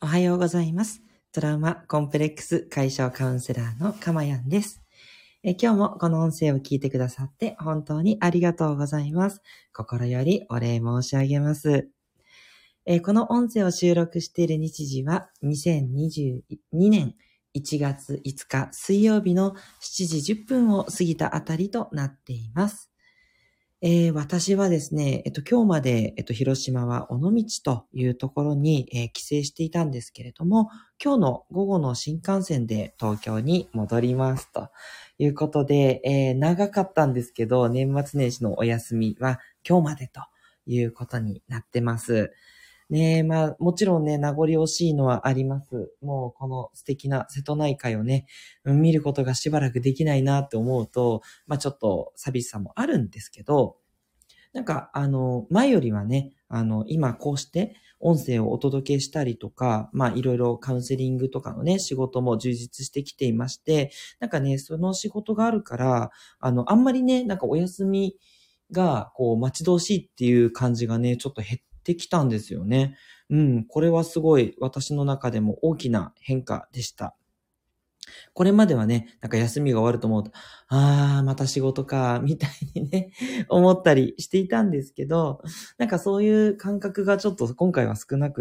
おはようございます。トラウマコンプレックス解消カウンセラーのかまやんです。今日もこの音声を聞いてくださって本当にありがとうございます。心よりお礼申し上げます。この音声を収録している日時は2022年1月5日水曜日の7時10分を過ぎたあたりとなっています。私はですね、今日まで、広島は尾道というところに、帰省していたんですけれども、今日の午後の新幹線で東京に戻りますということで、長かったんですけど、年末年始のお休みは今日までということになってます。ねえ、もちろんね、名残惜しいのはあります。もうこの素敵な瀬戸内海をね、見ることがしばらくできないなって思うと、ちょっと寂しさもあるんですけど、前よりはね、今こうして音声をお届けしたりとか、いろいろカウンセリングとかのね、仕事も充実してきていまして、その仕事があるから、あんまりね、お休みが、待ち遠しいっていう感じがね、ちょっと減ってきたんですよね。これはすごい私の中でも大きな変化でした。これまではね、休みが終わると思うと、また仕事か、みたいにね、思ったりしていたんですけど、そういう感覚がちょっと今回は少なくって、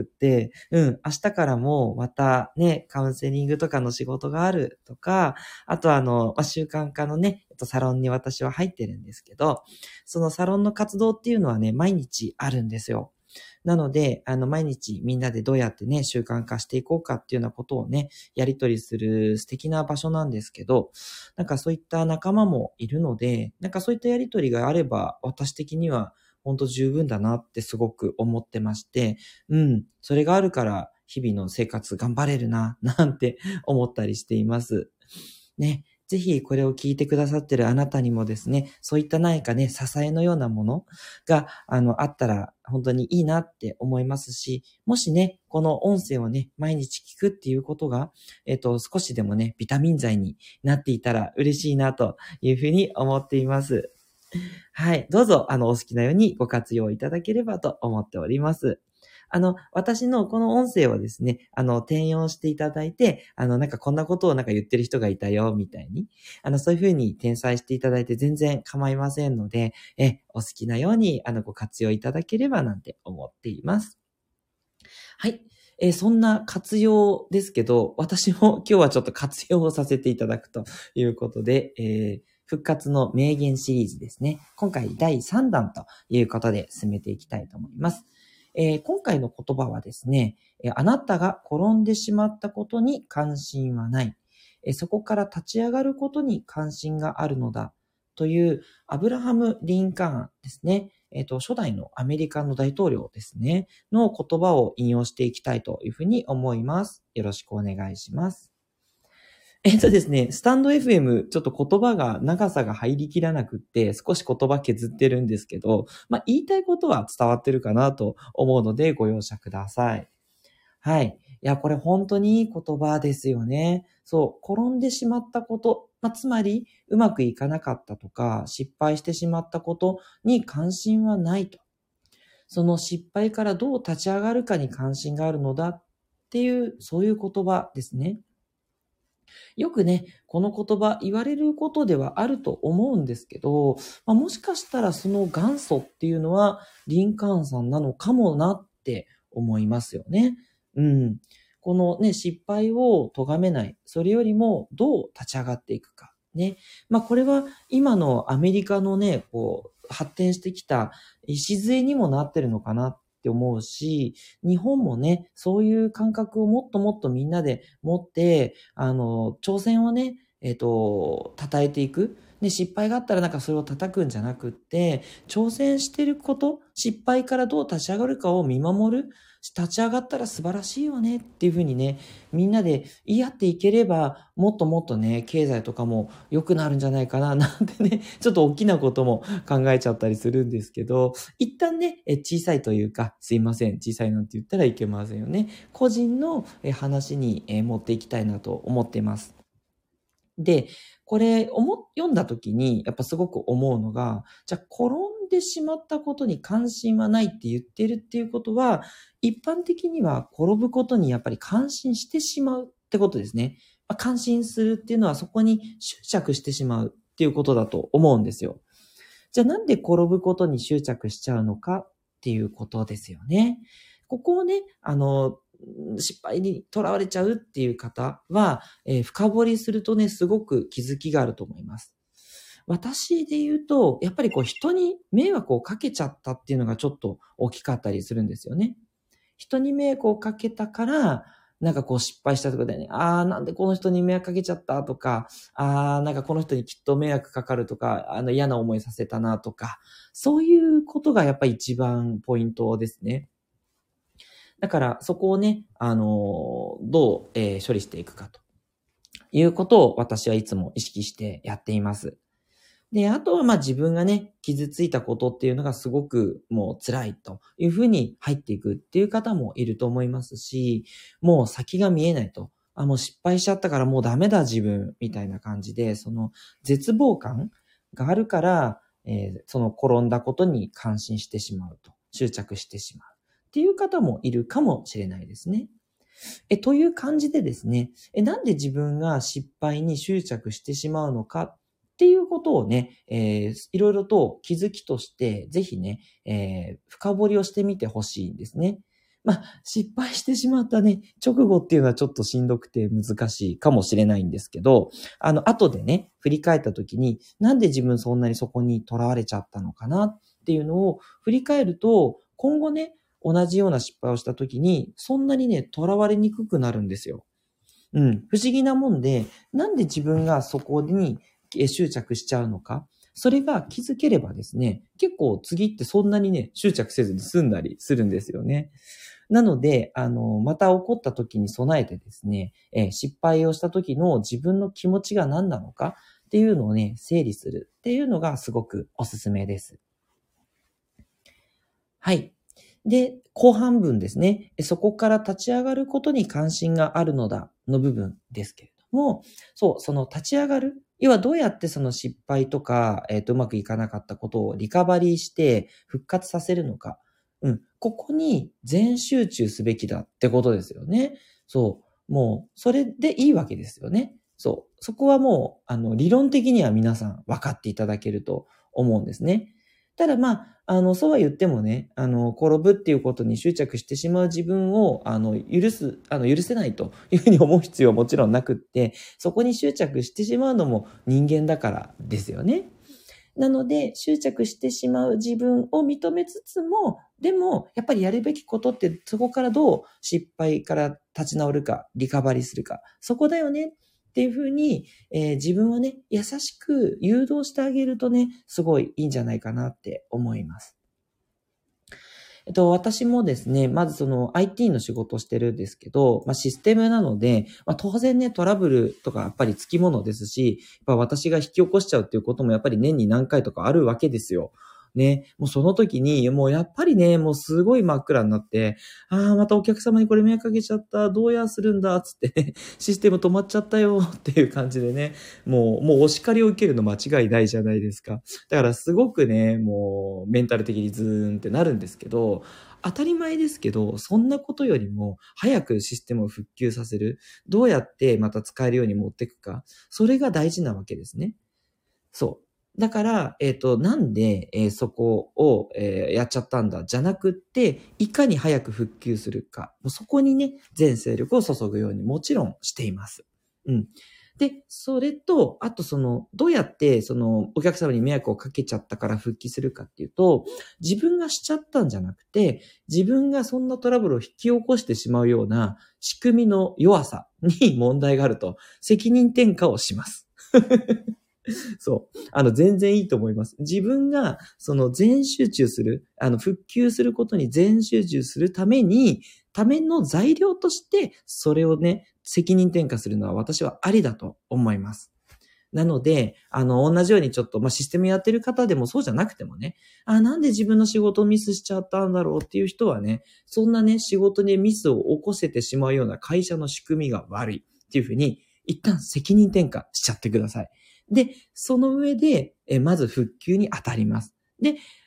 明日からもまたね、カウンセリングとかの仕事があるとか、あと習慣化のね、サロンに私は入ってるんですけど、そのサロンの活動っていうのはね、毎日あるんですよ。なので、毎日みんなでどうやってね、習慣化していこうかっていうようなことをね、やり取りする素敵な場所なんですけど、そういった仲間もいるので、そういったやり取りがあれば、私的には本当十分だなってすごく思ってまして、それがあるから日々の生活頑張れるな、なんて思ったりしています。ね。ぜひこれを聞いてくださってるあなたにもですね、そういった支えのようなものが、あったら本当にいいなって思いますし、もしね、この音声をね、毎日聞くっていうことが、少しでもね、ビタミン剤になっていたら嬉しいなというふうに思っています。はい。どうぞ、お好きなようにご活用いただければと思っております。私のこの音声をですね、転用していただいて、こんなことを言ってる人がいたよ、みたいに、そういうふうに転載していただいて全然構いませんので、お好きなように、ご活用いただければなんて思っています。はい。そんな活用ですけど、私も今日はちょっと活用をさせていただくということで、復活の名言シリーズですね。今回第3弾ということで進めていきたいと思います。今回の言葉はですね、あなたが転んでしまったことに関心はない。そこから立ち上がることに関心があるのだ。というアブラハム・リンカーンですね。初代のアメリカの大統領ですね。の言葉を引用していきたいというふうに思います。よろしくお願いします。ですね、スタンド FM、ちょっと言葉が長さが入りきらなくって、少し言葉削ってるんですけど、言いたいことは伝わってるかなと思うのでご容赦ください。はい。いや、これ本当にいい言葉ですよね。そう、転んでしまったこと、つまり、うまくいかなかったとか、失敗してしまったことに関心はないと。その失敗からどう立ち上がるかに関心があるのだっていう、そういう言葉ですね。よくね、この言葉言われることではあると思うんですけど、もしかしたらその元祖っていうのはリンカーンさんなのかもなって思いますよね。このね、失敗を咎めない。それよりもどう立ち上がっていくか。ね。これは今のアメリカのね、発展してきた礎にもなってるのかなって思うし、日本もね、そういう感覚をもっともっとみんなで持って、挑戦をね、称えていく。で、失敗があったらそれを叩くんじゃなくって、挑戦してること、失敗からどう立ち上がるかを見守る。立ち上がったら素晴らしいよねっていうふうにね、みんなで言い合っていければ、もっともっとね、経済とかも良くなるんじゃないかな、なんてね、ちょっと大きなことも考えちゃったりするんですけど、一旦ね、小さいというか、すいません、小さいなんて言ったらいけませんよね。個人の話に持っていきたいなと思っています。で、これ読んだ時にやっぱすごく思うのが、じゃあ転んんでしまったことに関心はないって言ってるっていうことは、一般的には転ぶことにやっぱり関心してしまうってことですね。関心するっていうのはそこに執着してしまうっていうことだと思うんですよ。じゃあなんで転ぶことに執着しちゃうのかっていうことですよね。ここをね、失敗にとらわれちゃうっていう方は、深掘りするとね、すごく気づきがあると思います。私で言うと、やっぱり人に迷惑をかけちゃったっていうのがちょっと大きかったりするんですよね。人に迷惑をかけたから、失敗したところでね、なんでこの人に迷惑かけちゃったとか、この人にきっと迷惑かかるとか、嫌な思いさせたなとか、そういうことがやっぱり一番ポイントですね。だからそこをね、どう、処理していくかということを私はいつも意識してやっています。で、あとは自分がね、傷ついたことっていうのがすごくもう辛いというふうに入っていくっていう方もいると思いますし、もう先が見えないと。もう失敗しちゃったからもうダメだ自分みたいな感じで、その絶望感があるから、その転んだことに感心してしまうと、執着してしまうっていう方もいるかもしれないですね。という感じでですね、なんで自分が失敗に執着してしまうのかっていうことをね、いろいろと気づきとして、ぜひね、深掘りをしてみてほしいんですね。失敗してしまったね、直後っていうのはちょっとしんどくて難しいかもしれないんですけど、後でね、振り返った時に、なんで自分そんなにそこに囚われちゃったのかなっていうのを振り返ると、今後ね、同じような失敗をした時に、そんなにね、囚われにくくなるんですよ。不思議なもんで、なんで自分がそこに執着しちゃうのか。それが気づければですね、結構次ってそんなにね、執着せずに済んだりするんですよね。なので、また起こった時に備えてですね、失敗をした時の自分の気持ちが何なのかっていうのをね、整理するっていうのがすごくおすすめです。はい。で、後半文ですね。そこから立ち上がることに関心があるのだの部分ですけれども、その立ち上がる。要はどうやってその失敗とか、うまくいかなかったことをリカバリーして復活させるのか。ここに全集中すべきだってことですよね。もう、それでいいわけですよね。そこはもう、理論的には皆さん分かっていただけると思うんですね。ただそうは言ってもね、転ぶっていうことに執着してしまう自分を、許せないというふうに思う必要はもちろんなくって、そこに執着してしまうのも人間だからですよね。なので、執着してしまう自分を認めつつも、でも、やっぱりやるべきことって、そこからどう失敗から立ち直るか、リカバリーするか、そこだよねっていうふうに、自分をね、優しく誘導してあげるとね、すごいいいんじゃないかなって思います。私もですね、まずその IT の仕事をしてるんですけど、システムなので、当然ね、トラブルとかやっぱりつきものですし、私が引き起こしちゃうっていうこともやっぱり年に何回とかあるわけですよ。ね、もうその時に、もうやっぱりね、もうすごい真っ暗になって、またお客様にこれ迷惑かけちゃった、どうやするんだ、つって、システム止まっちゃったよ、っていう感じでね、もうお叱りを受けるの間違いないじゃないですか。だからすごくね、もうメンタル的にズーンってなるんですけど、当たり前ですけど、そんなことよりも早くシステムを復旧させる。どうやってまた使えるように持っていくか。それが大事なわけですね。だから、なんで、そこを、やっちゃったんだ、じゃなくって、いかに早く復旧するか。そこにね、全勢力を注ぐようにもちろんしています。で、それと、あとどうやって、お客様に迷惑をかけちゃったから復帰するかっていうと、自分がしちゃったんじゃなくて、自分がそんなトラブルを引き起こしてしまうような仕組みの弱さに問題があると、責任転嫁をします。全然いいと思います。自分が、全集中する、復旧することに全集中するための材料として、それをね、責任転嫁するのは私はありだと思います。なので、同じようにちょっと、システムやってる方でもそうじゃなくてもね、なんで自分の仕事をミスしちゃったんだろうっていう人はね、そんなね、仕事にミスを起こせてしまうような会社の仕組みが悪いっていうふうに、一旦責任転嫁しちゃってください。で、その上で、まず復旧に当たります。で、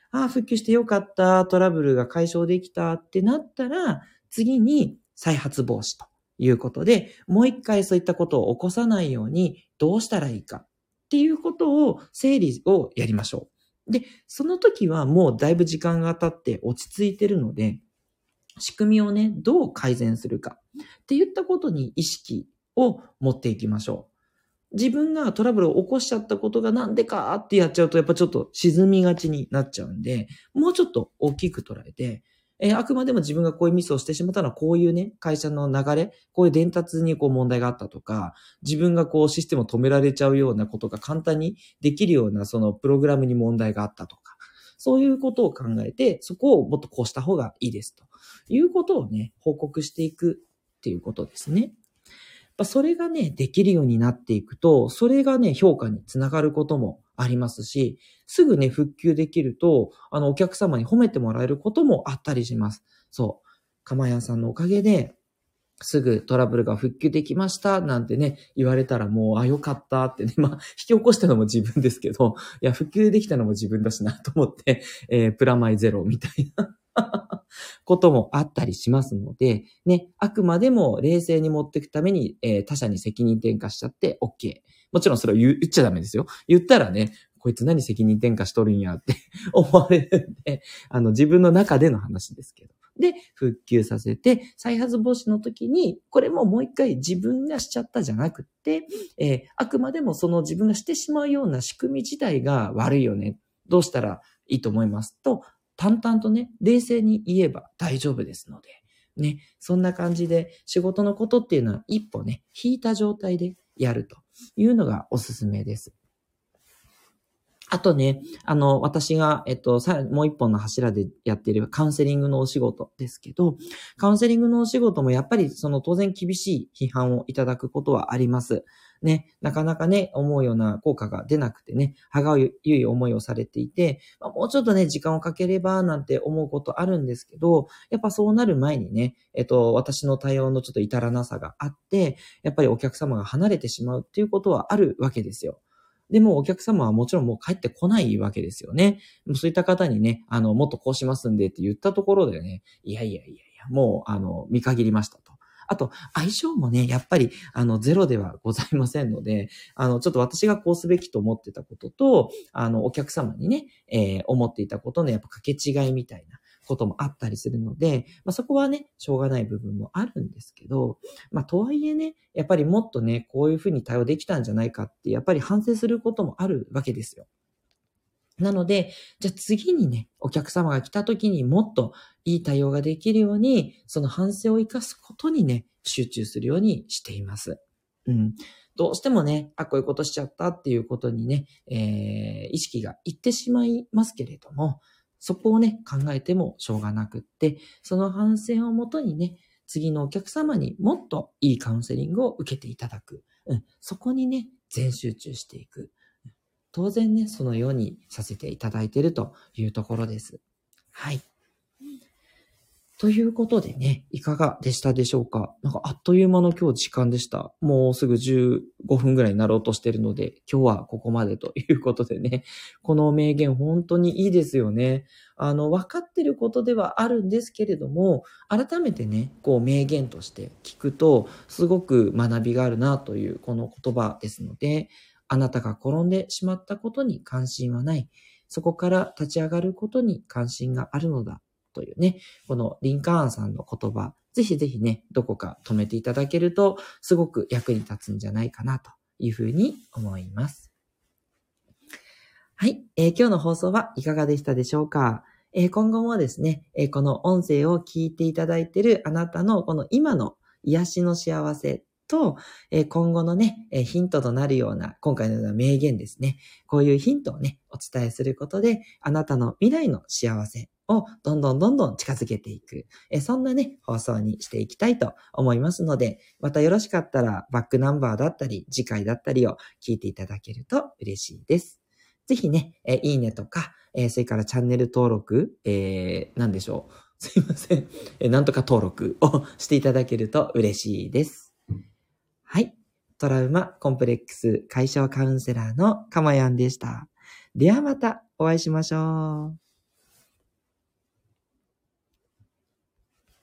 復旧してよかった、トラブルが解消できたってなったら、次に再発防止ということで、もう一回そういったことを起こさないようにどうしたらいいかっていうことを整理をやりましょう。で、その時はもうだいぶ時間が経って落ち着いてるので、仕組みをね、どう改善するかっていったことに意識を持っていきましょう。自分がトラブルを起こしちゃったことがなんでかってやっちゃうと、やっぱちょっと沈みがちになっちゃうんで、もうちょっと大きく捉えて、あくまでも自分がこういうミスをしてしまったのは、こういうね、会社の流れ、こういう伝達にこう問題があったとか、自分がこうシステムを止められちゃうようなことが簡単にできるような、そのプログラムに問題があったとか、そういうことを考えて、そこをもっとこうした方がいいですということをね、報告していくっていうことですね。それがね、できるようになっていくと、それがね、評価につながることもありますし、すぐね、復旧できると、お客様に褒めてもらえることもあったりします。そう。釜屋さんのおかげで、すぐトラブルが復旧できましたなんてね、言われたらもう、よかったってね、引き起こしたのも自分ですけど、いや、復旧できたのも自分だしなと思って、プラマイゼロみたいなこともあったりしますので、ね、あくまでも冷静に持っていくために、他者に責任転嫁しちゃって OK。もちろんそれを言っちゃダメですよ。言ったらね、こいつ何責任転嫁しとるんやって思われるんで、自分の中での話ですけど。で、復旧させて、再発防止の時に、これももう一回自分がしちゃったじゃなくって、あくまでもその自分がしてしまうような仕組み自体が悪いよね。どうしたらいいと思いますと、淡々とね、冷静に言えば大丈夫ですので、ね、そんな感じで仕事のことっていうのは一歩ね、引いた状態でやるというのがおすすめです。あとね、私が、もう一本の柱でやっているカウンセリングのお仕事ですけど、カウンセリングのお仕事もやっぱり当然厳しい批判をいただくことはあります。ね、なかなかね、思うような効果が出なくてね、歯がゆい思いをされていて、もうちょっとね、時間をかければなんて思うことあるんですけど、やっぱそうなる前にね、私の対応のちょっと至らなさがあって、やっぱりお客様が離れてしまうっていうことはあるわけですよ。でもお客様はもちろんもう帰ってこないわけですよね。そういった方にね、もっとこうしますんでって言ったところでね、いや、もう、見限りましたと。あと、相性もね、やっぱり、ゼロではございませんので、ちょっと私がこうすべきと思ってたことと、お客様にね、思っていたことのやっぱ掛け違いみたいなこともあったりするので、そこはね、しょうがない部分もあるんですけど、とはいえね、やっぱりもっとね、こういうふうに対応できたんじゃないかって、やっぱり反省することもあるわけですよ。なので、じゃあ次にね、お客様が来た時にもっといい対応ができるように、その反省を生かすことにね、集中するようにしています。うん。どうしてもね、こういうことしちゃったっていうことにね、意識がいってしまいますけれども、そこをね、考えてもしょうがなくって、その反省をもとにね、次のお客様にもっといいカウンセリングを受けていただく。そこにね、全集中していく。当然ね、そのようにさせていただいているというところです。はい。ということでね、いかがでしたでしょうか？なんかあっという間の今日時間でした。もうすぐ15分ぐらいになろうとしているので、今日はここまでということでね、この名言本当にいいですよね。分かってることではあるんですけれども、改めてね、こう名言として聞くと、すごく学びがあるなというこの言葉ですので、あなたが転んでしまったことに関心はない。そこから立ち上がることに関心があるのだ。というね、このリンカーンさんの言葉、ぜひぜひね、どこか止めていただけると、すごく役に立つんじゃないかなというふうに思います。はい、今日の放送はいかがでしたでしょうか？今後もですね、この音声を聞いていただいているあなたのこの今の癒しの幸せと、今後のね、ヒントとなるような、今回のような名言ですね。こういうヒントをね、お伝えすることで、あなたの未来の幸せをどんどん近づけていく。そんなね、放送にしていきたいと思いますので、またよろしかったらバックナンバーだったり、次回だったりを聞いていただけると嬉しいです。ぜひね、いいねとか、それからチャンネル登録、なんでしょう。すいません。なんとか登録をしていただけると嬉しいです。はい。トラウマコンプレックス解消カウンセラーのかまやんでした。ではまたお会いしましょう。